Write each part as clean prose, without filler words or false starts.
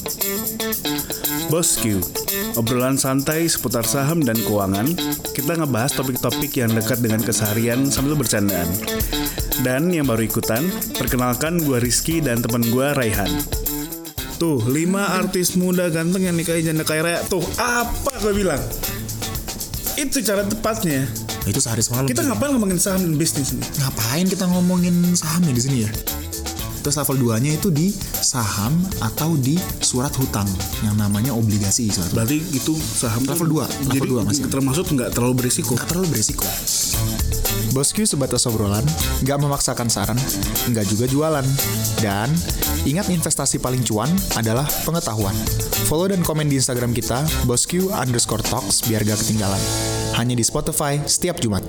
Bosku, obrolan santai seputar saham dan keuangan. Kita ngebahas topik-topik yang dekat dengan keseharian sambil bercandaan. Dan yang baru ikutan, perkenalkan gue Rizky dan teman gue Raihan. Tuh, 5 artis muda ganteng yang nikahin janda kaya raya. Tuh, apa gue bilang? Itu cara tepatnya. Itu sehari semalam. Kita ngapain ngomongin saham dan bisnis nih? Ngapain kita ngomongin sahamnya di sini ya? Terus level 2-nya itu di saham atau di surat hutang yang namanya obligasi surat. Berarti itu saham level 2, level 2 masih. Termasuk nggak terlalu berisiko. Nggak terlalu berisiko. Bosku sebatas obrolan, nggak memaksakan saran, nggak juga jualan. Dan ingat, investasi paling cuan adalah pengetahuan. Follow dan komen di Instagram kita bosku_talks biar gak ketinggalan. Hanya di Spotify setiap Jumat.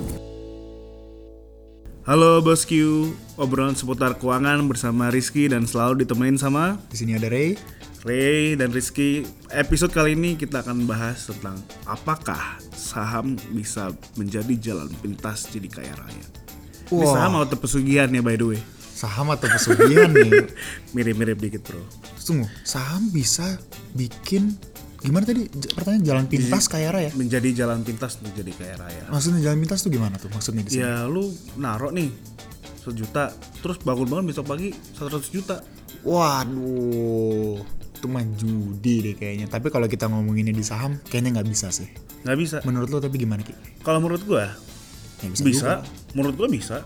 Halo Bosku, obrolan seputar keuangan bersama Rizky dan selalu ditemenin sama Di sini ada Ray dan Rizky. Episode kali ini kita akan bahas tentang apakah saham bisa menjadi jalan pintas jadi kaya raya. Ini saham atau pesugihan ya, by the way? Saham atau pesugihan nih? Mirip-mirip dikit bro. Tunggu, saham bisa bikin gimana tadi pertanyaan, jalan pintas kaya raya? Menjadi jalan pintas untuk jadi kaya raya. Maksudnya jalan pintas tuh gimana tuh maksudnya di sini? Ya lu naruh nih 1 juta, terus bangun-bangun besok pagi 100 juta. Waduh, itu mah judi deh kayaknya. Tapi kalau kita ngomonginnya di saham, kayaknya nggak bisa sih. Nggak bisa. Menurut lo tapi gimana Ki? Kalau menurut gua Ya, bisa. Menurut gua bisa.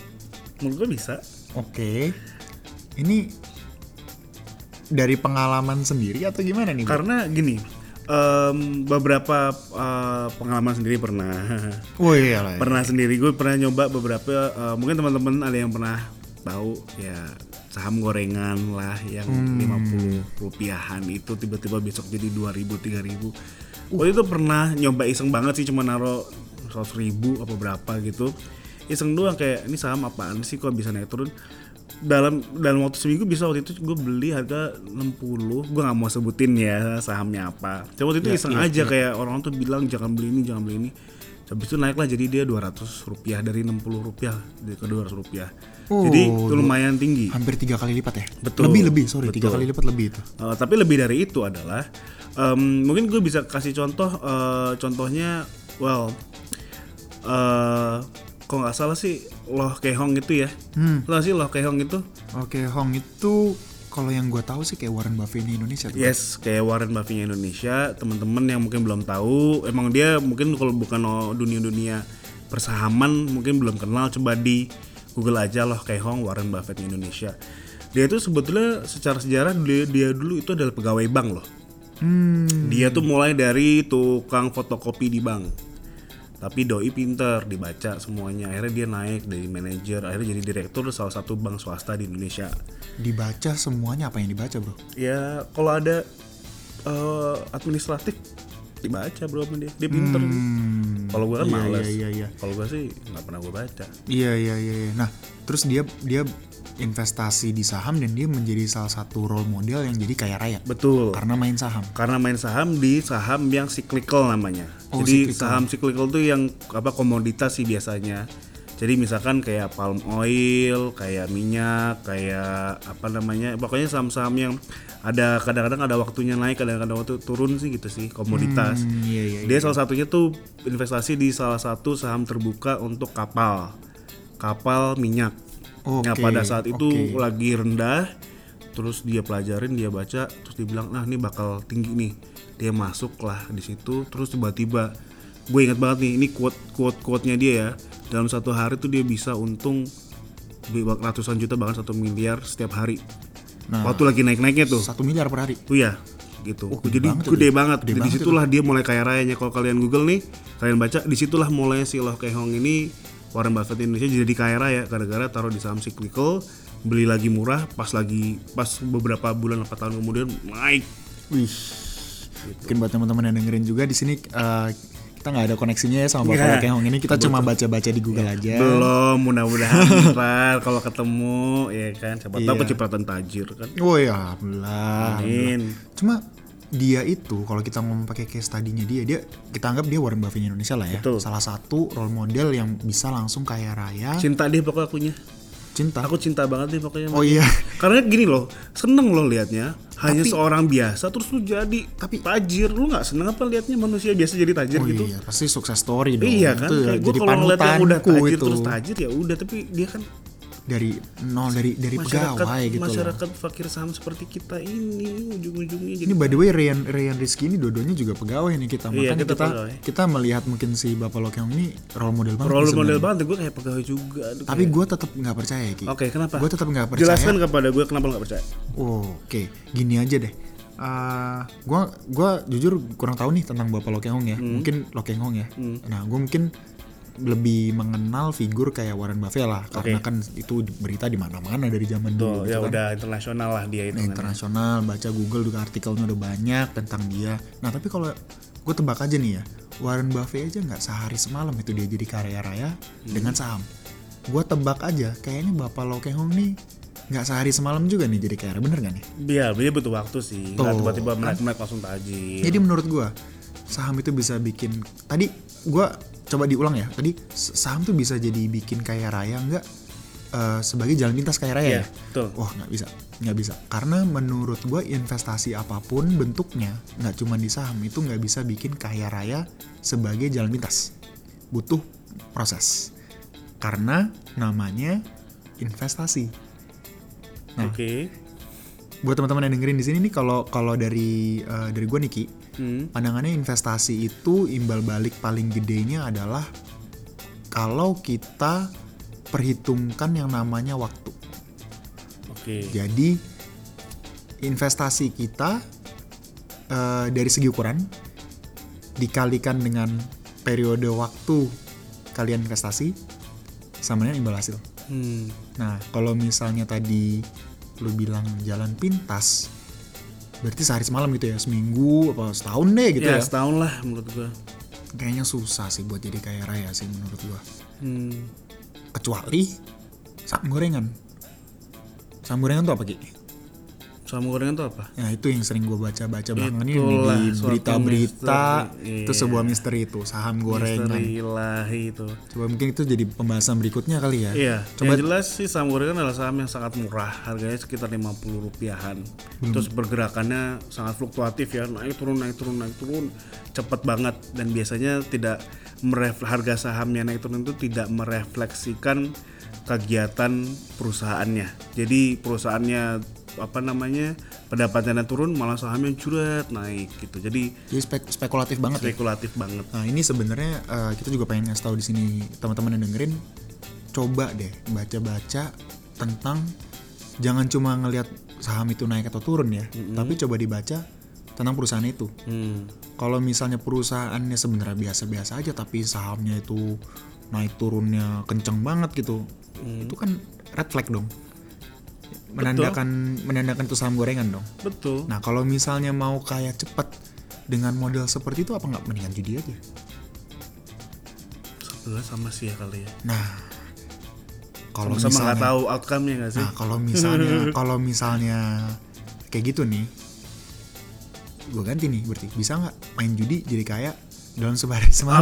Oke. Ini dari pengalaman sendiri atau gimana nih? Karena gini, beberapa pengalaman sendiri pernah. Oh iya lah. Pernah sendiri, gue pernah nyoba beberapa. Mungkin teman-teman ada yang pernah tahu ya, saham gorengan lah yang 50 rupiahan itu tiba-tiba besok jadi 2.000, 3.000. Waktu itu pernah nyoba iseng banget sih, cuma naruh 100.000 apa berapa gitu. Iseng doang, kayak ini saham apaan sih kok bisa naik turun. Dalam waktu seminggu bisa. Waktu itu gue beli harga 60. Gue gak mau sebutin ya sahamnya apa. Cuma waktu itu iseng aja. Kayak orang tuh bilang jangan beli ini. Habis itu naik lah, jadi dia 200 rupiah. Dari 60 rupiah ke 200 rupiah. Jadi itu lumayan tinggi. Hampir 3 kali lipat ya? Betul. Lebih, 3 Betul. kali lipat lebih itu. Tapi lebih dari itu adalah mungkin gue bisa kasih contoh. Contohnya kok nggak salah sih Loh Kehong itu ya. Lo sih Loh Kehong itu? Oke, Hong itu kalau yang gue tahu sih kayak Warren Buffett di Indonesia tuh. Yes, kayak Warren Buffett Indonesia. Teman-teman yang mungkin belum tahu, emang dia mungkin kalau bukan dunia persahaman mungkin belum kenal, coba di Google aja Loh Kehong Warren Buffett Indonesia. Dia itu sebetulnya secara sejarah dia dulu itu adalah pegawai bank loh. Dia tuh mulai dari tukang fotokopi di bank. Tapi doi pinter, dibaca semuanya. Akhirnya dia naik dari manajer, akhirnya jadi direktur salah satu bank swasta di Indonesia. Dibaca semuanya, apa yang dibaca bro? Ya kalau ada administratif dibaca bro sama dia. Dia pinter. Kalau gue kan malas. Iya. Kalau gue sih nggak pernah gue baca. Iya. Nah terus dia investasi di saham dan dia menjadi salah satu role model yang jadi kaya raya. Betul. Karena main saham Di saham yang cyclical namanya. Jadi cyclical. Saham cyclical tuh yang komoditas sih biasanya. Jadi misalkan kayak palm oil, kayak minyak, kayak pokoknya saham-saham yang ada kadang-kadang ada waktunya naik, kadang-kadang waktu turun sih gitu sih, komoditas. Dia salah satunya tuh investasi di salah satu saham terbuka untuk kapal minyak. Nah pada saat itu lagi rendah, terus dia pelajarin, dia baca, terus dia bilang, nah ini bakal tinggi nih. Dia masuk lah di situ, terus tiba-tiba, gue ingat banget nih, ini quote-nya dia ya. Dalam 1 hari tuh dia bisa untung ratusan juta, bahkan 1 miliar setiap hari. Nah, waktu lagi naik-naiknya tuh. 1 miliar per hari? Iya, gitu. Jadi gede banget. Jadi disitulah dia mulai kaya rayanya. Kalau kalian Google nih, kalian baca, disitulah mulai si Loh Kehong ini, Warren Buffett Indonesia jadi kaya raya gara-gara taruh di saham cyclical, beli lagi murah, pas beberapa bulan atau tahun kemudian naik. Wih. Gitu. Mungkin buat teman-teman yang dengerin juga di sini kita nggak ada koneksinya ya sama Bapak Kehong ini, kita cuma baca-baca di Google aja. Belum, mudah-mudahan ntar kalau ketemu ya kan, siapa tahu kecipratan tajir kan. Oh ya, alhamdulillah. Amin. Cuma dia itu kalau kita ngomong pakai case study-nya dia kita anggap dia Warren Buffett Indonesia lah ya. Betul. Salah satu role model yang bisa langsung kaya raya. Cinta dia pokoknya akunya. Cinta. Aku cinta banget nih pokoknya. Oh iya. Karena gini loh, seneng loh liatnya. Hanya seorang biasa terus lu jadi tajir. Lu nggak seneng apa liatnya manusia biasa jadi tajir gitu? Iya, pasti sukses story dong. Iya kan, kayak gue jadi kalau ngeliat yang udah tajir itu. terus tajir ya udah, tapi dia kan dari nol, dari pegawai gitu loh. Masyarakat fakir saham seperti kita ini ujung-ujungnya jadi. Ini by the way Ryan Rizky ini dua-duanya juga pegawai nih kita. Iya, makanya kita melihat mungkin si Bapak Lokeong ini role model banget. Role model banget, gue kayak pegawai juga. Tapi gue tetap nggak percaya Ki. Oke, kenapa? Gue tetap nggak percaya. Jelaskan kepada gue kenapa nggak percaya. Oke, gini aja deh. Gue jujur kurang tahu nih tentang Bapak Lokeong ya. Mungkin Lokeong ya. Nah, gue mungkin lebih mengenal figur kayak Warren Buffett lah, karena kan itu berita di mana-mana dari zaman dulu. Ya gitu udah internasional lah dia itu. Internasional, baca Google juga artikelnya udah banyak tentang dia. Nah tapi kalau gue tebak aja nih ya, Warren Buffett aja nggak sehari semalam itu dia jadi kaya raya dengan saham. Gue tebak aja, kayaknya Bapak Lokeong nih nggak sehari semalam juga nih jadi kaya raya, bener nggak nih? Iya, dia butuh waktu sih. Nggak tiba-tiba melek langsung tajir. Jadi menurut gue saham itu bisa bikin, tadi gue coba diulang ya, tadi saham tuh bisa jadi bikin kaya raya nggak sebagai jalan pintas kaya raya ya? Betul. Wah nggak bisa, karena menurut gue investasi apapun bentuknya, nggak cuma di saham, itu nggak bisa bikin kaya raya sebagai jalan pintas, butuh proses, karena namanya investasi. Nah, buat teman-teman yang dengerin di sini nih, kalau dari gue nih Ki, pandangannya investasi itu imbal balik paling gedenya adalah kalau kita perhitungkan yang namanya waktu. Jadi investasi kita dari segi ukuran dikalikan dengan periode waktu kalian investasi sama dengan imbal hasil. Nah, kalau misalnya tadi lu bilang jalan pintas, berarti sehari semalam gitu ya, seminggu apa setahun deh gitu ya? Setahun lah menurut gua. Kayaknya susah sih buat jadi kaya raya sih menurut gua. Kecuali saham gorengan. Saham gorengan tuh apa Ki? Saham gorengan tuh apa? Ya itu yang sering gue baca-baca belakangan ini di berita-berita. Itu sebuah misteri itu, saham gorengan. Misteri ilahi itu. Coba mungkin itu jadi pembahasan berikutnya kali ya. Iya. Coba yang jelas sih saham gorengan adalah saham yang sangat murah, harganya sekitar 50 rupiahan. Terus pergerakannya sangat fluktuatif ya, naik turun, cepet banget, dan biasanya tidak harga sahamnya naik turun itu tidak merefleksikan kegiatan perusahaannya. Jadi perusahaannya pendapatannya turun, malah sahamnya jurat naik gitu. Jadi spekulatif banget. Banget. Nah ini sebenarnya kita juga pengen ngasih tahu di sini teman-teman yang dengerin, coba deh baca-baca tentang, jangan cuma ngelihat saham itu naik atau turun ya, tapi coba dibaca tentang perusahaan itu. Kalau misalnya perusahaannya sebenarnya biasa-biasa aja, tapi sahamnya itu naik turunnya kenceng banget gitu, itu kan red flag dong. Menandakan itu saham gorengan dong. Betul. Nah kalau misalnya mau kaya cepet dengan model seperti itu, apa nggak mendingan judi aja? Sebenarnya sama sih ya kali ya. Nah kalau sama nggak tahu outcome-nya nggak sih? Nah kalau misalnya kayak gitu nih, gue ganti nih, berarti bisa nggak main judi jadi kaya dalam sehari semalam?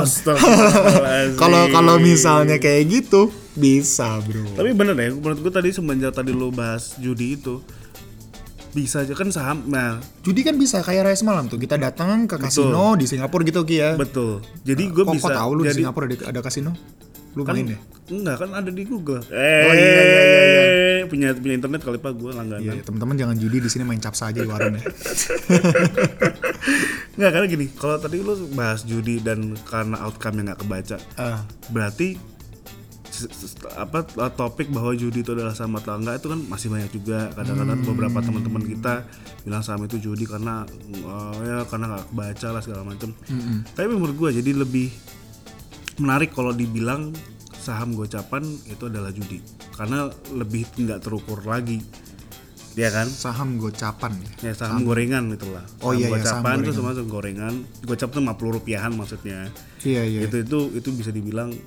Kalau misalnya kayak gitu bisa bro. Tapi bener ya, menurut gue tadi semenjak tadi lo bahas judi itu, bisa aja kan saham. Nah, judi kan bisa kaya raya semalam tuh. Kita datang ke kasino di Singapura gitu Ki ya. Betul. Jadi gue bisa. Kok tahu lu di Singapura ada kasino? Lu kan, main ya? Enggak, kan ada di Google. Iya. Punya internet kali Pak, gue langganan. Iya, teman-teman jangan judi di sini, main capsa aja di warung ya. Enggak, karena gini, kalau tadi lu bahas judi dan karena outcome-nya enggak kebaca. Berarti topik bahwa judi itu adalah saham atau enggak itu kan masih banyak juga. Kadang-kadang beberapa teman-teman kita bilang saham itu judi karena karena enggak kebaca lah segala macam. Tapi menurut gue jadi lebih menarik kalau dibilang saham gocapan itu adalah judi, karena lebih nggak terukur lagi, ya kan? Saham gocapan ya, saham gorengan itulah. Oh iya, gocapan itu sama gorengan. Gocap tuh 50 rupiahan maksudnya. Iya. Itu bisa dibilang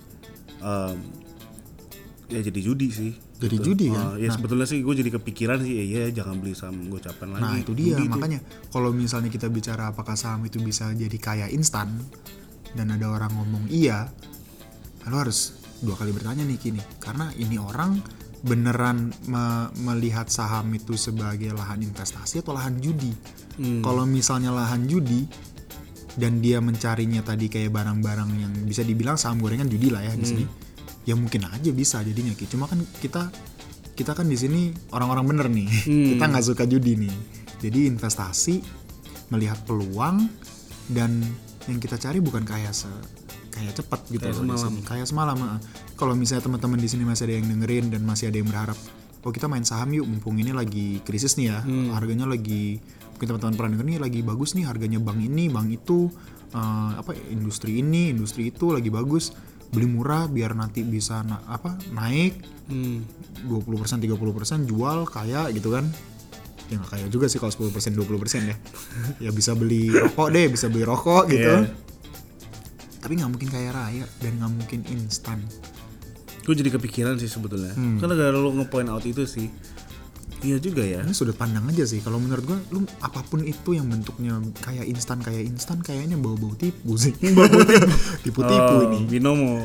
ya jadi judi sih. Jadi gitu. Judi kan? Ya sebetulnya sih gue jadi kepikiran sih, jangan beli saham gocapan lagi. Nah itu dia, makanya kalau misalnya kita bicara apakah saham itu bisa jadi kaya instan, dan ada orang ngomong iya, lo harus 2 kali bertanya nih Kini, karena ini orang beneran melihat saham itu sebagai lahan investasi atau lahan judi. Kalau misalnya lahan judi dan dia mencarinya tadi kayak barang-barang yang bisa dibilang saham gorengan judi lah ya di sini, ya mungkin aja bisa jadinya Ki. Cuma kan kita kan di sini orang-orang bener nih, kita nggak suka judi nih. Jadi investasi, melihat peluang, dan yang kita cari bukan kayak cepat gitu kayak loh semalam. Kayak semalam. Kalau misalnya teman-teman di sini masih ada yang dengerin dan masih ada yang berharap, oh kita main saham yuk, mumpung ini lagi krisis nih ya, harganya lagi, mungkin teman-teman pernah denger nih lagi bagus nih harganya, bank ini, bank itu, industri ini, industri itu lagi bagus, beli murah biar nanti bisa naik 20%, 30%, jual kaya gitu kan. Ya gak kaya juga sih kalau 10%, 20% ya. Ya bisa beli rokok deh, bisa beli rokok gitu. Tapi gak mungkin kaya raya dan gak mungkin instan. Gue jadi kepikiran sih sebetulnya. Karena gara lo nge-point out itu sih. Iya juga ya. Ini sudut pandang aja sih. Kalau menurut gue, lu apapun itu yang bentuknya kayak instan, kayaknya bau-bau tipu sih. Bau-bau tipu ini. Binomo.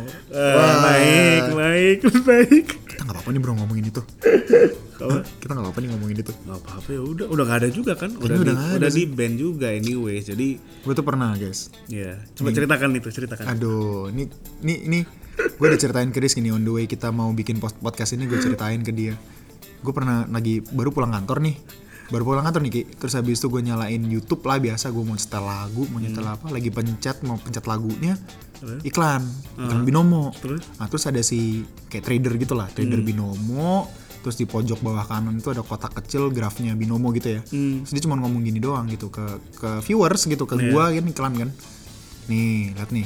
Naik. Kita nggak apa-apa nih bro ngomongin itu. Kita nggak apa-apa nih ngomongin itu. Nggak apa-apa ya udah nggak ada juga kan. Udah di ban juga anyway. Jadi gue tuh pernah guys. Iya. Coba ceritakan. Aduh, ini gue udah ceritain ke Rizky nih on the way kita mau bikin podcast ini, gue ceritain ke dia. Gue pernah baru pulang kantor nih Ki. Terus habis itu gue nyalain YouTube lah biasa, gue mau nyetel lagu, mau nyetel apa, lagi pencet lagunya, iklan Binomo. Terus ada si kayak trader gitu lah, trader Binomo. Terus di pojok bawah kanan itu ada kotak kecil grafnya Binomo gitu ya. Terus dia cuma ngomong gini doang gitu ke viewers gitu, ke gue kan, iklan kan. Nih lihat nih,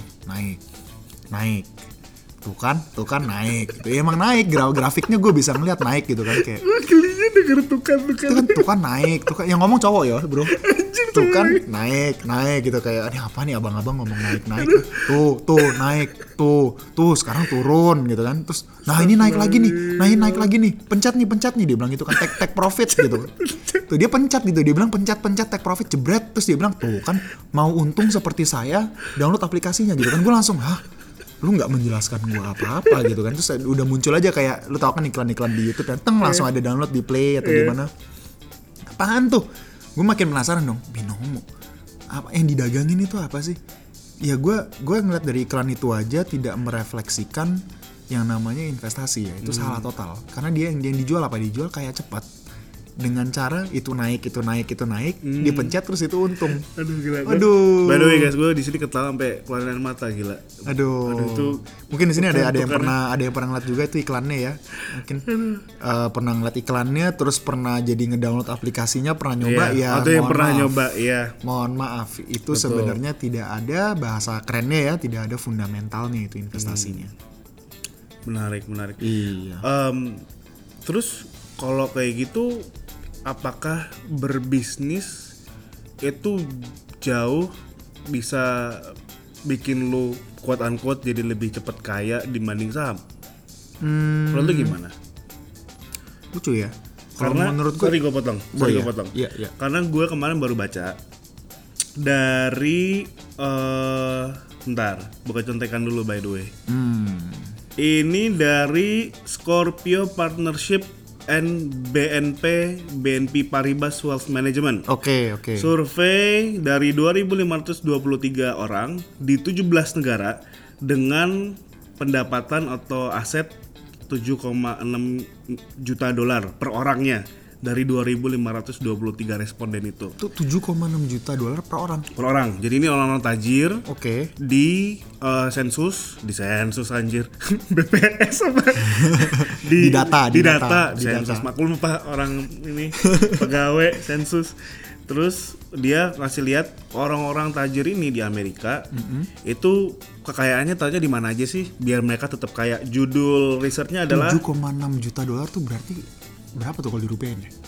naik. Tuh kan naik gitu. Ya, emang naik, grafiknya gue bisa ngeliat naik gitu kan, kayak Gelinya denger tukan. Tuh kan naik, tuh kan yang ngomong cowok ya bro. Tuh kan naik gitu, kayak ini apa nih abang-abang ngomong naik. Tuh naik, tuh sekarang turun gitu kan. Terus nah ini naik lagi nih, pencet nih dia bilang gitu kan, take profit gitu. Tuh dia pencet gitu, dia bilang pencet take profit, jebret. Terus dia bilang tuh kan mau untung seperti saya, download aplikasinya gitu kan. Gue langsung lu nggak menjelaskan gue apa-apa gitu kan. Terus udah muncul aja kayak lu tau kan iklan-iklan di YouTube dan langsung ada download di play atau gimana. Apaan tuh? Gue makin penasaran dong. Binomo apa yang didagangin itu apa sih? Ya gue ngeliat dari iklan itu aja tidak merefleksikan yang namanya investasi ya. Itu salah total. Karena dia yang dijual apa? Dijual kayak cepat. Dengan cara itu naik, dipencet terus itu untung. Aduh. By the way guys, gue di sini ketawa sampai keluarin air mata, gila. Aduh itu mungkin di sini ada yang pernah ngeliat juga itu iklannya ya. Mungkin pernah ngeliat iklannya, terus pernah jadi ngedownload aplikasinya, pernah nyoba ya. Atau yang pernah nyoba ya. Mohon maaf, itu sebenarnya tidak ada bahasa kerennya ya, tidak ada fundamentalnya itu investasinya. Menarik. Iya. Terus kalau kayak gitu, apakah berbisnis itu jauh bisa bikin lu quote unquote jadi lebih cepat kaya dibanding saham? Menurut lu gimana? Lucu ya. Karena menurut gue, gue potong. Iya. Karena gue kemarin baru baca dari buka contekan dulu by the way. Ini dari Scorpio Partnership and BNP Paribas Wealth Management. Oke. Survei dari 2.523 orang di 17 negara dengan pendapatan atau aset 7,6 juta dolar per orangnya dari 2.523 responden itu. Itu 7,6 juta dolar per orang. Per orang. Jadi ini orang-orang tajir. Oke. Di sensus anjir. BPS apa? di data. Sensus. Maklum Pak, orang ini pegawai sensus. Terus dia ngasih lihat orang-orang tajir ini di Amerika itu kekayaannya tanya di mana aja sih biar mereka tetap kaya. Judul risetnya adalah 7,6 juta dolar tuh berarti berapa tuh kalau dirupiahin ya?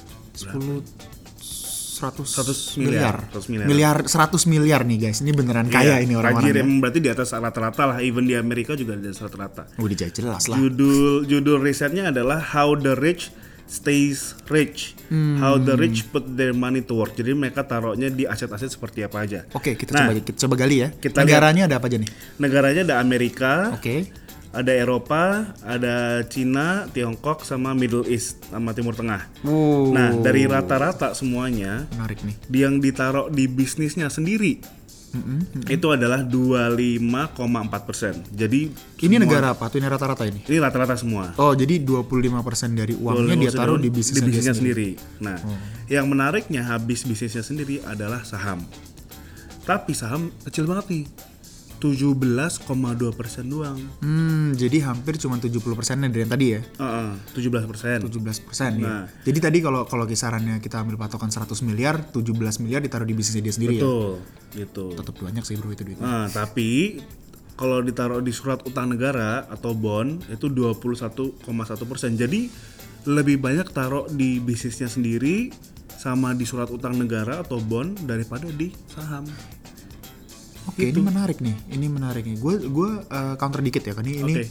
100 miliar 100 miliar nih guys. Ini beneran kaya ini orang-orang. Tajir yang berarti di atas rata-rata lah. Even di Amerika juga di atas rata-rata. Udah jelas lah. Judul risetnya adalah How the Rich Stays Rich. How the Rich Put Their Money to Work. Jadi mereka taruhnya di aset-aset seperti apa aja. Oke, kita coba gali ya. Negaranya ada apa aja nih? Negaranya ada Amerika. Oke. Ada Eropa, ada Cina, Tiongkok, sama Middle East, sama Timur Tengah. Nah, dari rata-rata semuanya, menarik nih. yang ditaruh di bisnisnya sendiri, itu adalah 25,4%. Jadi Ini negara apa? Tuh ini rata-rata ini? ini rata-rata semua. Oh, jadi 25% dari uangnya dia taruh di bisnisnya sendiri. Nah, yang menariknya habis bisnisnya sendiri adalah saham. Tapi saham kecil banget nih. 17,2% doang. Jadi hampir cuma 70% dari yang tadi ya. 17%. 17% ya. Nah. Jadi tadi kalau kisarannya kita ambil patokan 100 miliar, 17 miliar ditaruh di bisnisnya dia sendiri. Betul, gitu. Tetap banyak sih bro itu duitnya. Nah, tapi kalau ditaruh di surat utang negara atau bond itu 21,1%. Jadi lebih banyak taruh di bisnisnya sendiri sama di surat utang negara atau bond daripada di saham. Oke, gitu. Ini menarik nih. Gue counter dikit ya, kan ini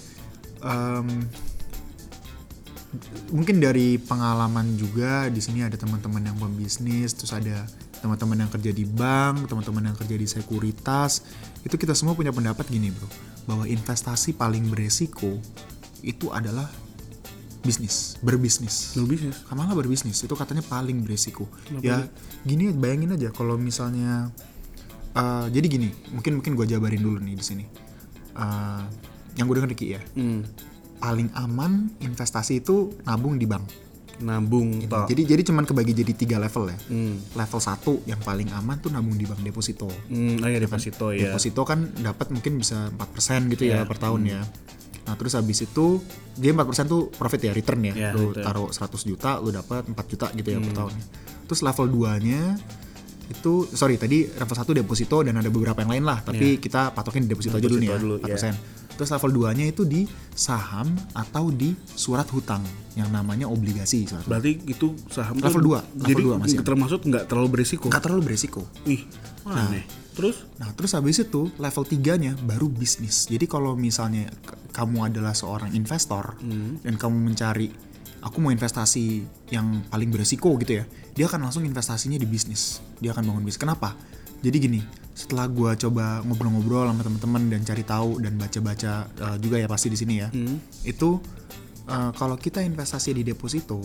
mungkin dari pengalaman juga. Di sini ada teman-teman yang pembisnis, terus ada teman-teman yang kerja di bank, teman-teman yang kerja di sekuritas. Itu kita semua punya pendapat gini bro, bahwa investasi paling beresiko itu adalah berbisnis. Malah berbisnis itu katanya paling beresiko. Kenapa ya gini, bayangin aja kalau misalnya jadi gini, mungkin gue jabarin dulu nih di sini. Yang gue denger Riki ya, paling aman investasi itu nabung di bank. Nabung. Gitu. Jadi cuman kebagi jadi 3 level ya. Level 1 yang paling aman tuh nabung di bank deposito. Deposito ya. Deposito kan dapat mungkin bisa 4% gitu ya per tahun ya. Nah terus habis itu dia 4% tuh profit ya, return ya. Lu taruh 100 juta lu dapat 4 juta gitu ya per tahun. Terus level 2-nya itu tadi level 1 deposito dan ada beberapa yang lain lah, tapi kita patokin di deposito aja dulu nih ya, 4%. Terus level 2-nya itu di saham atau di surat hutang yang namanya obligasi. Berarti itu saham level 2. Jadi masih termasuk nggak terlalu berisiko. Nggak terlalu berisiko. Aneh. Terus habis itu level 3-nya baru bisnis. Jadi kalau misalnya kamu adalah seorang investor dan kamu mencari aku mau investasi yang paling beresiko gitu ya, dia akan langsung investasinya di bisnis. Dia akan bangun bisnis. Kenapa? Jadi gini, setelah gue coba ngobrol-ngobrol sama teman-teman dan cari tahu dan baca-baca juga ya pasti di sini ya, itu kalau kita investasi di deposito,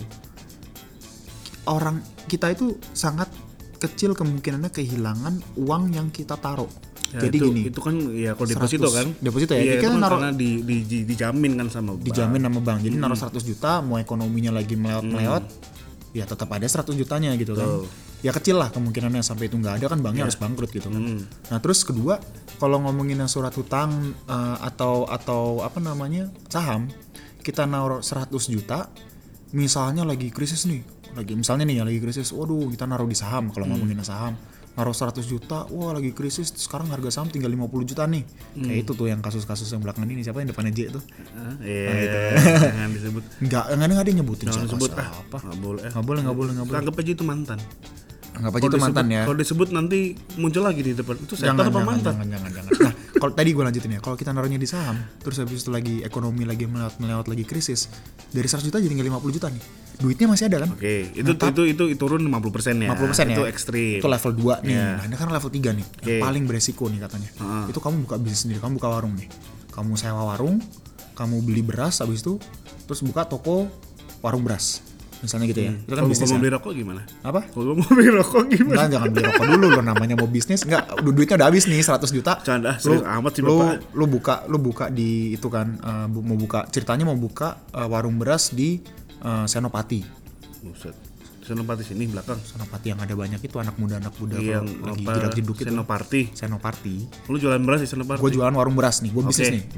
orang kita itu sangat kecil kemungkinannya kehilangan uang yang kita taruh. Ya, jadi gini, itu kan ya kalau deposito kan. Deposito ya. Iya, kita kan naruh karena dijamin kan sama bank. Dijamin sama bank. Jadi naruh 100 juta, mau ekonominya lagi melewat, ya tetap ada 100 jutanya gitu kan. Ya kecil lah kemungkinannya sampai itu nggak ada kan, banknya harus bangkrut gitu kan. Nah terus kedua, kalau ngomongin yang surat hutang atau apa namanya saham, kita naruh 100 juta, misalnya lagi krisis nih, lagi krisis, waduh kita naruh di saham kalau ngomongin saham. Naruh 100 juta, wah lagi krisis, sekarang harga saham tinggal 50 juta nih. Kayak itu tuh yang kasus-kasus yang belakangan ini, siapa yang depannya J tuh? Jangan disebut. Enggak ada yang nyebutin siapa. Nggak boleh. Anggap aja itu mantan. Anggap aja itu mantan ya. Kalau disebut nanti muncul lagi di depan. Itu setan apa mantan? Jangan. Nah, kalau tadi gue lanjutin ya. Kalau kita naruhnya di saham, terus habis itu lagi ekonomi lagi melewat lagi krisis, dari 100 juta jadi tinggal 50 juta nih. Duitnya masih ada kan? Oke, itu turun 50% ya. 50% ya. Itu ekstrim. Itu level 2 nih. Nah, ini kan level 3 nih. Yang paling beresiko nih katanya. Itu kamu buka bisnis sendiri, kamu buka warung nih. Kamu sewa warung, kamu beli beras habis itu terus buka toko warung beras. Misalnya gitu ya. Itu kan bisnis. Kalau mau beli rokok gimana? Apa? Kalau mau beli rokok gimana? Nah, jangan beli rokok dulu loh, namanya mau bisnis. Enggak, duitnya udah habis nih 100 juta. Canda, serius amat sih Bapak. Lu buka di itu kan mau buka warung beras di Senopati. Buset. Senopati sini belakang. Senopati yang ada banyak itu anak muda yang lagi jedak-jeduk itu. Senopati. Lu jualan beras di Senopati? Gue jualan warung beras nih, gue bisnis nih.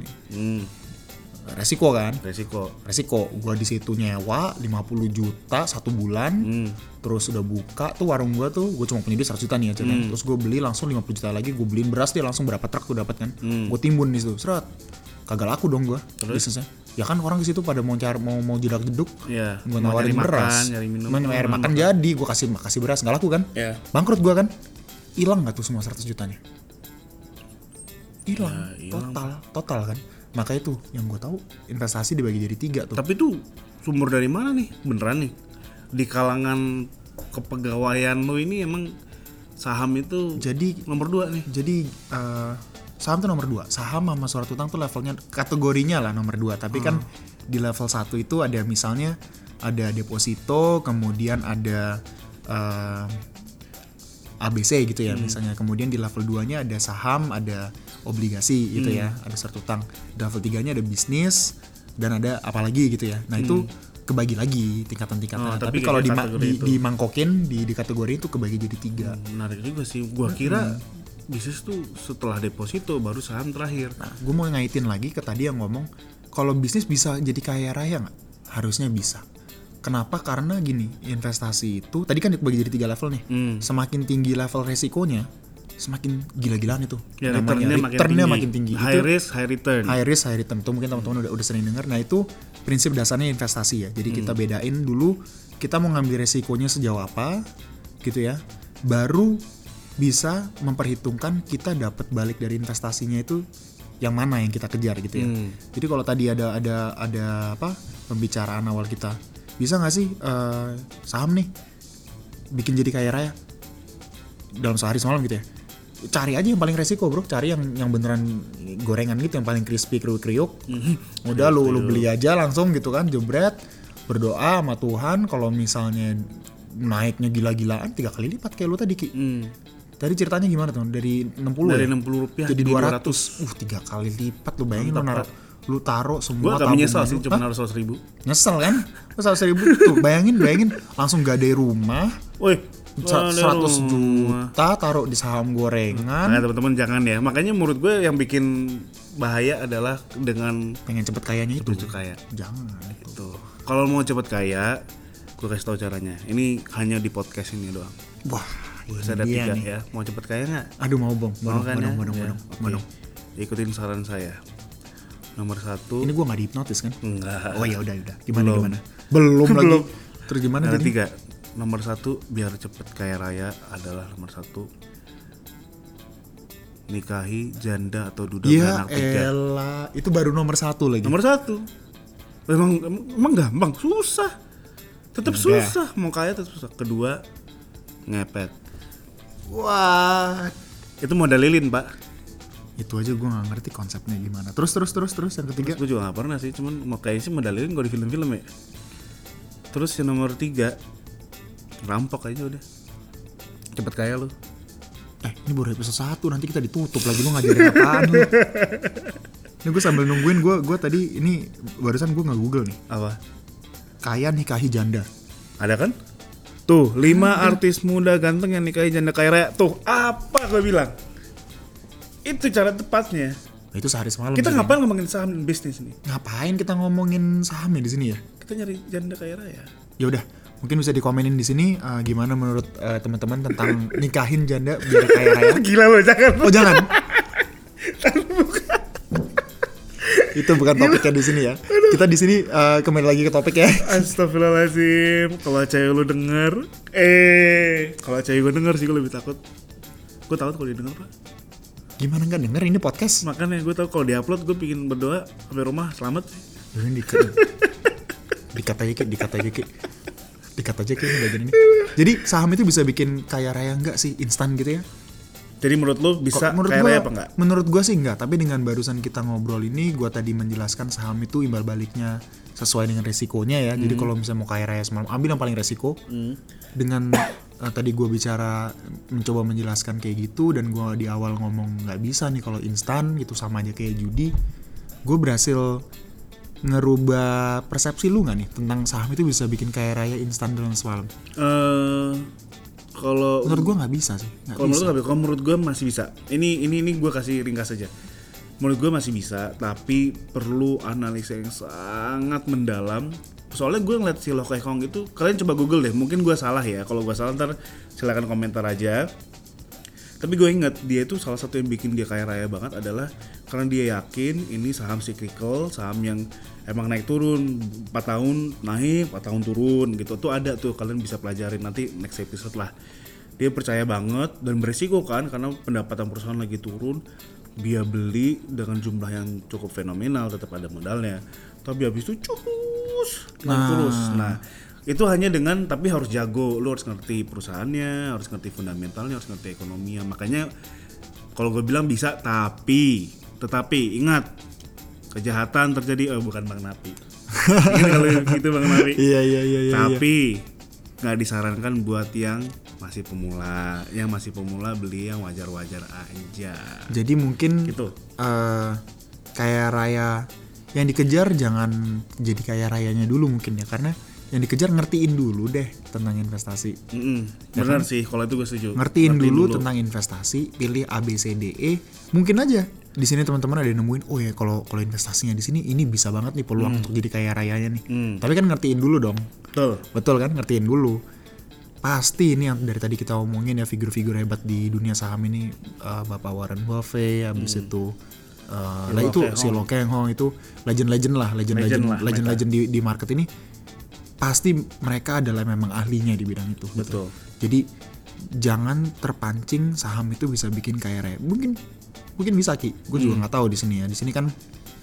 Resiko kan? Resiko. Gue di situ nyewa 50 juta 1 bulan. Terus udah buka tuh warung gue tuh, gue cuma punya duit 100 juta nih ya. Terus gue beli langsung 50 juta lagi, gue beliin beras dia langsung berapa truk tuh dapat kan? Gue timbun di situ, seret. Kagak laku dong gue bisnisnya. Ya kan orang di situ pada mau jedak-jeduk. Iya. Gue nawarin beras, nyari minum, air makan jadi, gue kasih beras nggak laku kan? Iya. Bangkrut gue kan? Hilang nggak tuh semua 100 jutanya? Hilang. Total kan? Maka itu yang gue tahu investasi dibagi jadi 3 tuh. Tapi itu sumber dari mana nih? Beneran nih? Di kalangan kepegawaian lo ini emang saham itu jadi nomor 2 nih. Jadi saham tuh nomor 2. Saham sama surat utang tuh levelnya, kategorinya lah nomor 2. Tapi kan di level 1 itu ada misalnya ada deposito, kemudian ada ABC gitu ya misalnya. Kemudian di level 2-nya ada saham, ada obligasi gitu ya, ada surat utang. Di level 3-nya ada bisnis dan ada apalagi gitu ya. Nah, itu kebagi lagi tingkatan-tingkatan. Tapi kalau dimangkokin di kategori itu kebagi jadi 3. Menarik juga sih. Gua kira bisnis tuh setelah deposito baru saham terakhir. Nah, gue mau ngaitin lagi ke tadi yang ngomong kalau bisnis bisa jadi kaya raya nggak? Harusnya bisa. Kenapa? Karena gini, investasi itu tadi kan dibagi jadi 3 level nih. Semakin tinggi level resikonya, semakin gila-gilaan itu. Ya, namanya returnnya makin tinggi. High risk, high return. High risk, high return. Itu mungkin teman-teman udah sering dengar. Nah, itu prinsip dasarnya investasi ya. Jadi kita bedain dulu kita mau ngambil resikonya sejauh apa gitu ya. Baru bisa memperhitungkan kita dapat balik dari investasinya itu yang mana yang kita kejar gitu ya. Jadi kalau tadi ada apa pembicaraan awal kita, bisa nggak sih saham nih bikin jadi kaya raya dalam sehari semalam gitu ya? Cari aja yang paling resiko bro, cari yang beneran gorengan gitu, yang paling crispy kriuk-kriuk. Udah lu beli aja langsung gitu kan, jebret, berdoa sama Tuhan kalau misalnya naiknya gila-gilaan 3 kali lipat kayak lu tadi Ki. Tadi ceritanya gimana tuh? Dari 60 dari 60 rupiah jadi 200. 3 kali lipat lu bayangin. Lu taruh semua. Gua gak menyesal sih, cuma naruh 100.000. Nyesel kan? 100.000 tuh bayangin langsung gadai rumah. Woi, 100 juta taruh di saham gorengan. Nah teman-teman jangan ya. Makanya menurut gue yang bikin bahaya adalah dengan pengen cepet kayanya itu. Cepet kaya. Jangan itu. Kalau mau cepet kaya, gue kasih tau caranya. Ini hanya di podcast ini doang. Wah, bisa ada 3 ya. Mau cepet kaya nggak? Aduh mau bong. Mau dong. Ikutin saran saya. Nomor 1. Ini gue nggak dihipnotis kan? Enggak. Oh ya udah. Gimana? Belum lagi. Terus gimana ada jadi? 3. Nomor 1 biar cepet kaya raya adalah nomor 1 nikahi janda atau duda beranak 3. Ya elah, itu baru nomor 1 lagi. Nomor 1. Emang gampang, susah. Tetap susah, mau kaya tetap susah. Kedua, ngepet. Wah, itu modal lilin, Pak. Itu aja gue nggak ngerti konsepnya gimana. Terus yang ketiga. Gue juga nggak pernah sih, cuman mau kaya sih modal lilin gue di film-film ya. Terus yang nomor 3, rampok aja udah. Cepet kaya lu. Ini baru episode 1, nanti kita ditutup lagi. Lu ngajarin apaan lu? Ini gue sambil nungguin, gue tadi ini barusan gue nge-google nih. Apa? Kaya nikahi janda. Ada kan? Tuh, 5 artis muda ganteng yang nikahi janda kaya raya. Tuh, apa gue bilang? Itu cara tepatnya. Itu sehari semalam. Kita ngapain ngomongin saham dan bisnis nih? Ngapain kita ngomongin sahamnya di sini ya? Kita nyari janda kaya raya. Ya udah, mungkin bisa dikomenin di sini gimana menurut teman-teman tentang nikahin janda biar kaya raya. Gila lo, jangan. Oh jangan. Itu bukan topiknya di sini ya. Kita di sini kembali lagi ke topik ya. Astagfirullahaladzim. Kalau cewek lu denger, kalau cewek gue denger sih gue lebih takut. Gue takut kalau dia denger, Pak. Gimana nggak denger ini podcast? Makanya gue tahu kalau diupload gue pingin berdoa sampai rumah selamat sih. Dikat aja kayak ini bagian ini. Jadi saham itu bisa bikin kaya raya nggak sih instan gitu ya? Jadi menurut lo bisa kaya raya apa enggak? Menurut gue sih enggak, tapi dengan barusan kita ngobrol ini, gue tadi menjelaskan saham itu imbal baliknya sesuai dengan resikonya ya. Jadi kalau misalnya mau kaya raya semalam, ambil yang paling resiko. Dengan tadi gue bicara mencoba menjelaskan kayak gitu, dan gue di awal ngomong nggak bisa nih kalau instan gitu, sama aja kayak judi. Gue berhasil ngerubah persepsi lu nggak nih tentang saham itu bisa bikin kaya raya instan dalam semalam? Kalau menurut gue nggak bisa sih. Kalau menurut gue masih bisa. Ini gue kasih ringkas saja. Menurut gue masih bisa, tapi perlu analisa yang sangat mendalam. Soalnya gue ngeliat si Loh Kek Hong itu, kalian coba Google deh. Mungkin gue salah ya. Kalau gue salah ntar silakan komentar aja. Tapi gue ingat dia itu salah satu yang bikin dia kaya raya banget adalah karena dia yakin ini saham cyclical, saham yang emang naik turun 4 tahun naik, 4 tahun turun gitu. Tuh ada tuh, kalian bisa pelajarin nanti next episode lah. Dia percaya banget dan beresiko kan karena pendapatan perusahaan lagi turun. Dia beli dengan jumlah yang cukup fenomenal, tetap ada modalnya. Tapi habis itu terus. Nah, itu hanya dengan, tapi harus jago. Lu harus ngerti perusahaannya, harus ngerti fundamentalnya, harus ngerti ekonominya. Makanya Kalau gue bilang bisa, tetapi ingat, kejahatan terjadi. Bukan Bang Napi. Ingat kalau itu Bang Napi. Iya. Tapi nggak disarankan buat yang masih pemula. Yang masih pemula beli yang wajar-wajar aja. Jadi mungkin gitu. Kaya raya yang dikejar jangan jadi kaya rayanya dulu mungkin ya, karena yang dikejar ngertiin dulu deh tentang investasi. Benar sih, kalau itu gue setuju. Ngertiin dulu tentang investasi, pilih ABCDE. Mungkin aja di sini teman-teman ada yang nemuin, oh ya kalau investasinya di sini ini bisa banget nih peluang untuk jadi kaya rayanya nih. Tapi kan ngertiin dulu dong. Betul kan, ngertiin dulu. Pasti ini yang dari tadi kita omongin ya, figur-figur hebat di dunia saham ini, Bapak Warren Buffett, habis itu itu si Lo Keng Hong, itu legend di market ini. Pasti mereka adalah memang ahlinya di bidang itu. Betul. Jadi jangan terpancing saham itu bisa bikin kaya raya. Mungkin bisa Ki. Gue juga nggak tahu di sini ya. Di sini kan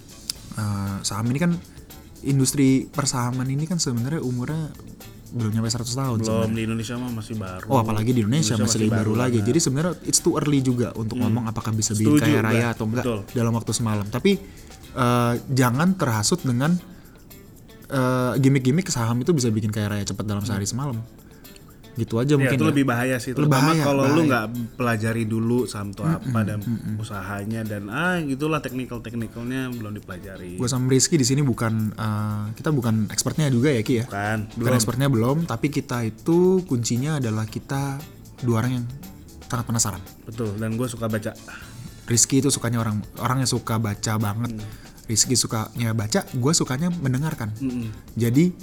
saham ini kan, industri persahaman ini kan sebenarnya umurnya belum nyampe 100 tahun. Belum sebenarnya. Di Indonesia mah masih baru. Apalagi di Indonesia masih lebih baru lagi. Jadi sebenarnya it's too early juga untuk ngomong apakah bisa bikin kaya raya atau enggak. Betul. Dalam waktu semalam. Tapi jangan terhasut dengan gimmick-gimmick saham itu bisa bikin kaya raya cepat dalam sehari semalam. Gitu aja mungkin. Itu lebih bahaya sih. Terutama kalau lu nggak pelajari dulu saham itu apa dan usahanya dan gitulah teknikalnya belum dipelajari. Gue sama Rizky di sini kita bukan expertnya juga ya Ki ya. Bukan expertnya belum, tapi kita itu kuncinya adalah kita dua orang yang sangat penasaran. Betul, dan gue suka baca. Rizky itu sukanya orang yang suka baca banget. Rizky sukanya baca, gue sukanya mendengarkan. Jadi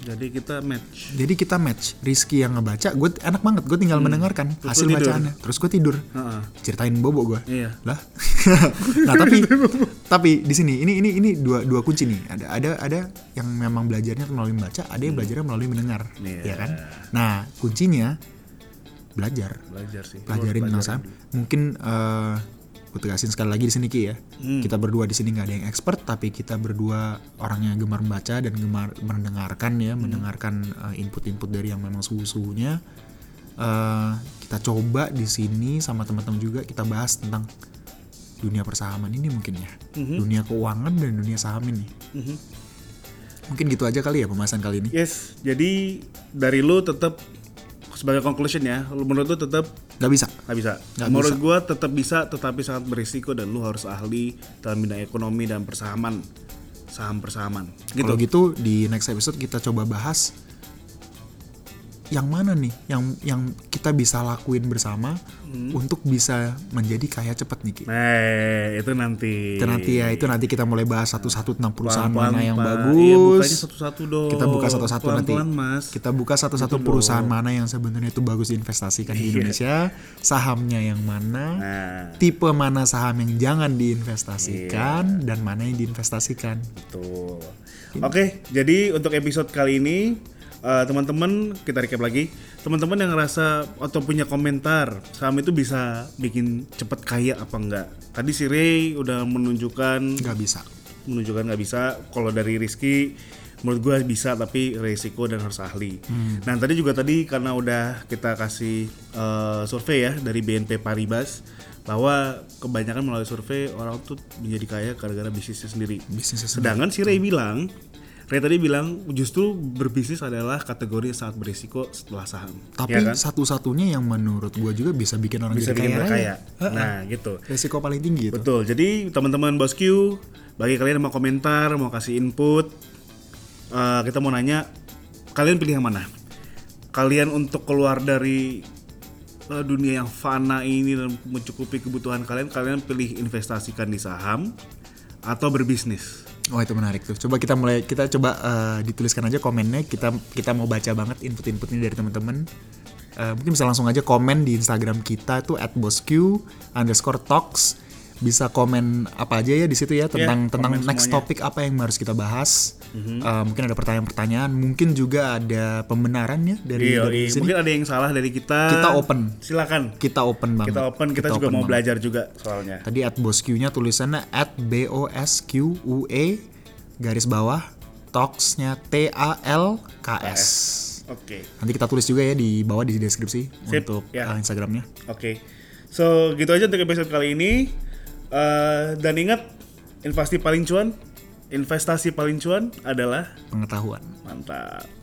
kita match. Rizky yang ngebaca, gue enak banget. Gue tinggal mendengarkan hasil bacaannya. Terus gue tidur. Ceritain bobo gue. Iya. Lah. Nah tapi di sini ini dua kunci nih. Ada yang memang belajarnya melalui membaca, ada yang belajarnya melalui mendengar, ya kan? Nah kuncinya belajar sih. Pelajarin tentang saham. Mungkin gue tegasin sekali lagi di sini Ki ya. Kita berdua di sini nggak ada yang expert, tapi kita berdua orang yang gemar membaca dan gemar mendengarkan ya, mendengarkan input-input dari yang memang suhu-suhunya. Kita coba di sini sama teman-teman juga kita bahas tentang dunia persahaman ini mungkin ya, dunia keuangan dan dunia saham ini. Mungkin gitu aja kali ya pembahasan kali ini. Yes, jadi dari lu tetap sebagai conclusion ya, menurut lu tetap Gak bisa. Menurut gue tetap bisa, tetapi sangat berisiko dan lu harus ahli dalam bidang ekonomi dan saham persahaman. Gitu. Kalau gitu di next episode kita coba bahas yang mana nih yang kita bisa lakuin bersama untuk bisa menjadi kaya cepat nih Ki. Itu nanti kita mulai bahas satu-satu tentang perusahaan mana yang bagus. Iya, bukanya satu-satu dong. Kita buka satu-satu nanti. Mas. Kita buka satu-satu perusahaan mana yang sebenarnya itu bagus diinvestasikan di Indonesia, sahamnya yang mana, tipe mana saham yang jangan diinvestasikan dan mana yang diinvestasikan. Betul. Oke, jadi untuk episode kali ini teman-teman, kita recap lagi. Teman-teman yang ngerasa atau punya komentar saham itu bisa bikin cepet kaya apa enggak? Tadi si Ray udah menunjukkan nggak bisa. Kalau dari Rizky menurut gue bisa, tapi resiko dan harus ahli. Nah tadi karena udah kita kasih survei ya dari BNP Paribas, bahwa kebanyakan melalui survei orang tuh menjadi kaya gara-gara bisnisnya sendiri. Sedangkan si Ray tadi bilang justru berbisnis adalah kategori yang sangat berisiko setelah saham. Tapi ya kan? Satu-satunya yang menurut gue juga bisa bikin orang jadi kaya. Nah gitu. Resiko paling tinggi itu. Betul. Jadi teman-teman Bosku, bagi kalian yang mau komentar, mau kasih input, kita mau nanya, kalian pilih yang mana? Kalian untuk keluar dari dunia yang fana ini dan mencukupi kebutuhan kalian pilih investasikan di saham atau berbisnis? Oh itu menarik tuh. Coba kita coba dituliskan aja komennya. Kita mau baca banget input-inputnya dari teman-teman. Mungkin bisa langsung aja komen di Instagram kita tuh @bosq_talks. Bisa komen apa aja ya di situ ya tentang next topic apa yang harus kita bahas. Mungkin ada pertanyaan-pertanyaan, mungkin juga ada pembenaran ya dari sini. Mungkin ada yang salah dari kita. Kita open. Silakan. Kita open banget. Kita juga mau belajar juga soalnya. Tadi @bosq-nya tulisannya @BOSQUE_talks-nya TALKS. Oke. Nanti kita tulis juga ya di bawah di deskripsi. Untuk Instagramnya. Oke. So gitu aja untuk episode kali ini. Dan ingat, investasi paling cuan adalah Pengetahuan. mantap.